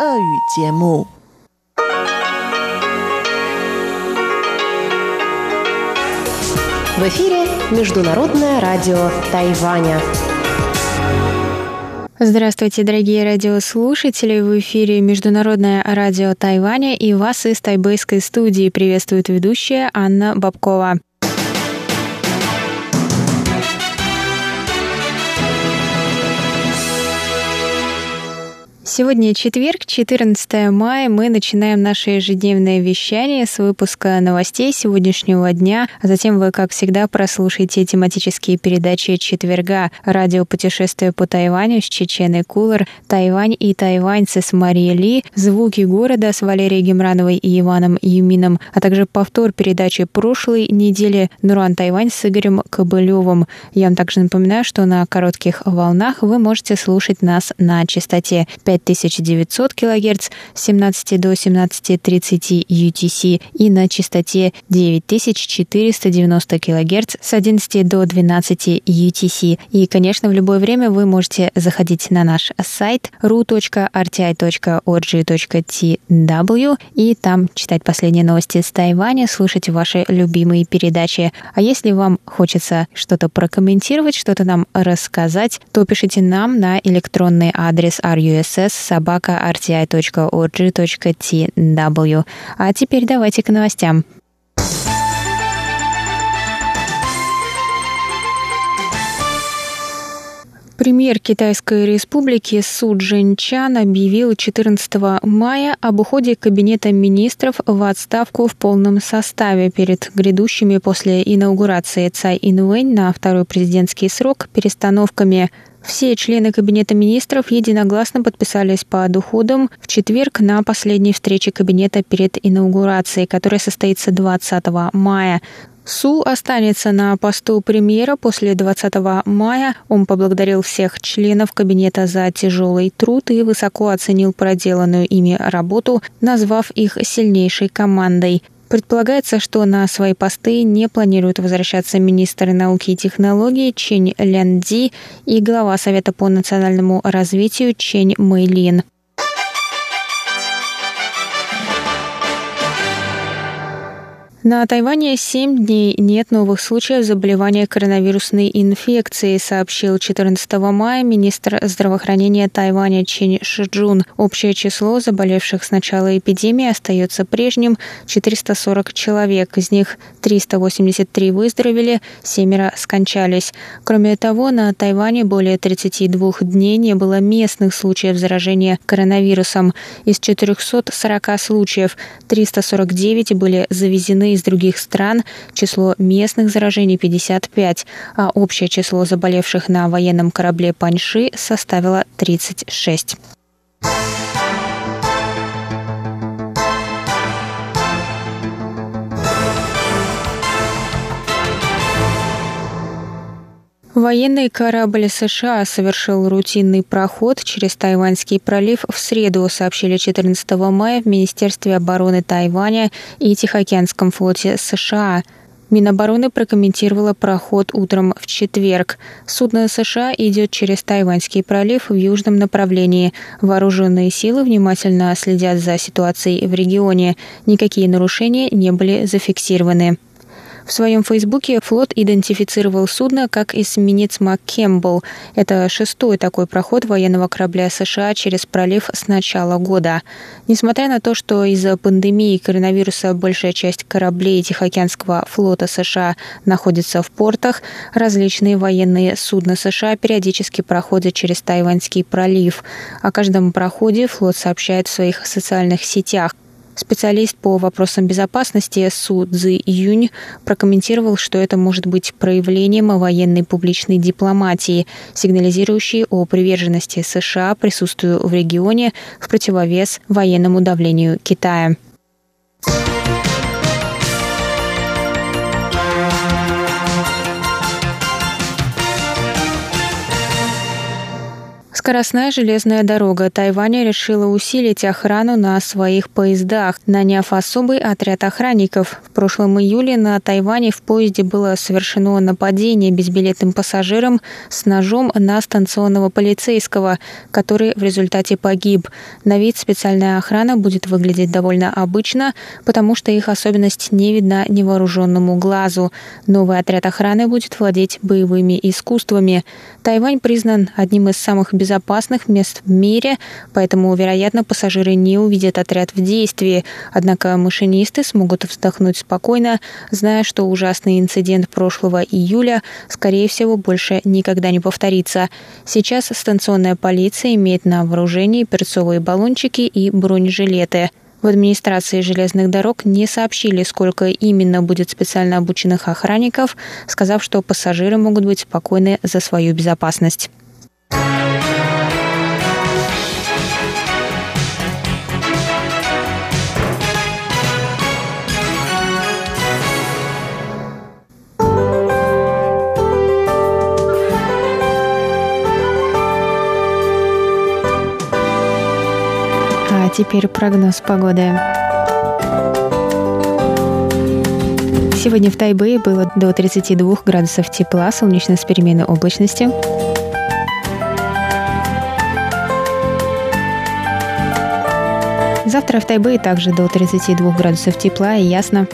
俄语节目。 В эфире Международное радио Тайваня. Здравствуйте, дорогие радиослушатели! В эфире Международное радио Тайваня, и вас из тайбэйской студии приветствует ведущая Анна Бабкова. Сегодня четверг, 14 мая. Мы начинаем наше ежедневное вещание с выпуска новостей сегодняшнего дня. А затем вы, как всегда, прослушаете тематические передачи четверга. Радиопутешествие по Тайваню с Чеченой Кулар, Тайвань и тайваньцы с Марией Ли, звуки города с Валерией Гемрановой и Иваном Юмином, а также повтор передачи прошлой недели Нуран Тайвань с Игорем Кобылевым. Я вам также напоминаю, что на коротких волнах вы можете слушать нас на частоте 5900 кГц с 17 до 17:30 UTC и на частоте 9490 кГц с 11 до 12 UTC. И, конечно, в любое время вы можете заходить на наш сайт ru.rti.org.tw и там читать последние новости с Тайваня, слушать ваши любимые передачи. А если вам хочется что-то прокомментировать, что-то нам рассказать, то пишите нам на электронный адрес russ@rti.org.tw. А теперь давайте к новостям. Премьер Китайской Республики Су Чжэньчан объявил 14 мая об уходе Кабинета министров в отставку в полном составе перед грядущими после инаугурации Цай Инвэнь на второй президентский срок перестановками. Все члены Кабинета министров единогласно подписались под уходом в четверг на последней встрече Кабинета перед инаугурацией, которая состоится 20 мая. Су останется на посту премьера после 20 мая. Он поблагодарил всех членов кабинета за тяжелый труд и высоко оценил проделанную ими работу, назвав их сильнейшей командой. Предполагается, что на свои посты не планируют возвращаться министр науки и технологий Чэнь Лянди и глава Совета по национальному развитию Чэнь Мэйлин. На Тайване 7 дней нет новых случаев заболевания коронавирусной инфекцией, сообщил 14 мая министр здравоохранения Тайваня Чен Шиджун. Общее число заболевших с начала эпидемии остается прежним – 440 человек. Из них 383 выздоровели, 7 скончались. Кроме того, на Тайване более 32 дней не было местных случаев заражения коронавирусом. Из 440 случаев 349 были завезены из других стран, число местных заражений 55, а общее число заболевших на военном корабле Паньши составило 36. Военный корабль США совершил рутинный проход через Тайваньский пролив в среду, сообщили 14 мая в Министерстве обороны Тайваня и Тихоокеанском флоте США. Минобороны прокомментировала проход утром в четверг. Судно США идет через Тайваньский пролив в южном направлении. Вооруженные силы внимательно следят за ситуацией в регионе. Никакие нарушения не были зафиксированы. В своем фейсбуке флот идентифицировал судно как эсминец МакКембл. Это 6-й такой проход военного корабля США через пролив с начала года. Несмотря на то, что из-за пандемии коронавируса большая часть кораблей Тихоокеанского флота США находится в портах, различные военные судна США периодически проходят через Тайваньский пролив. О каждом проходе флот сообщает в своих социальных сетях. Специалист по вопросам безопасности Су Цзи Юнь прокомментировал, что это может быть проявлением военной публичной дипломатии, сигнализирующей о приверженности США присутствию в регионе в противовес военному давлению Китая. Скоростная железная дорога Тайваня решила усилить охрану на своих поездах, наняв особый отряд охранников. В прошлом июле на Тайване в поезде было совершено нападение безбилетным пассажирам с ножом на станционного полицейского, который в результате погиб. На вид специальная охрана будет выглядеть довольно обычно, потому что их особенность не видна невооруженному глазу. Новый отряд охраны будет владеть боевыми искусствами. Тайвань признан одним из самых безопасных мест в мире, поэтому, вероятно, пассажиры не увидят отряд в действии. Однако машинисты смогут вздохнуть спокойно, зная, что ужасный инцидент прошлого июля, скорее всего, больше никогда не повторится. Сейчас станционная полиция имеет на вооружении перцовые баллончики и бронежилеты. В администрации железных дорог не сообщили, сколько именно будет специально обученных охранников, сказав, что пассажиры могут быть спокойны за свою безопасность. А теперь прогноз погоды. Сегодня в Тайбэе было до 32 градусов тепла, солнечно с переменной облачностью. Завтра в Тайбэе также до 32 градусов тепла и ясно.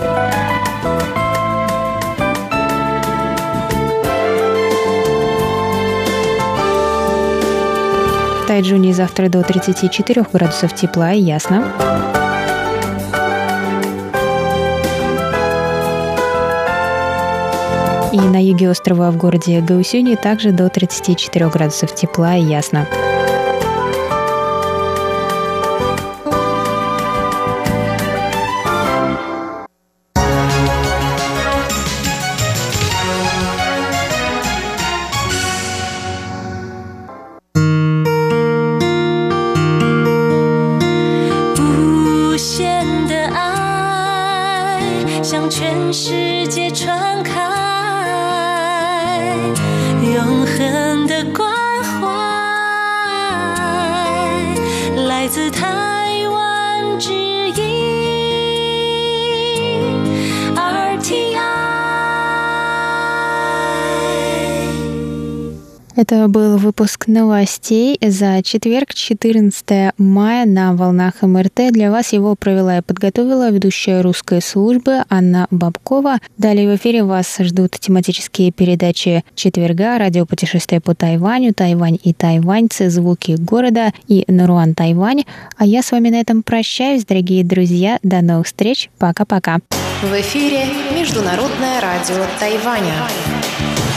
В Тайчжуне завтра до 34 градусов тепла и ясно. И на юге острова в городе Гаосюни также до 34 градусов тепла и ясно. Это был выпуск новостей за четверг, 14 мая на волнах МРТ. Для вас его провела и подготовила ведущая русской службы Анна Бабкова. Далее в эфире вас ждут тематические передачи четверга, радиопутешествие по Тайваню, Тайвань и тайваньцы, звуки города и Наруан Тайвань. А я с вами на этом прощаюсь, дорогие друзья. До новых встреч. Пока-пока. В эфире Международное радио Тайваня.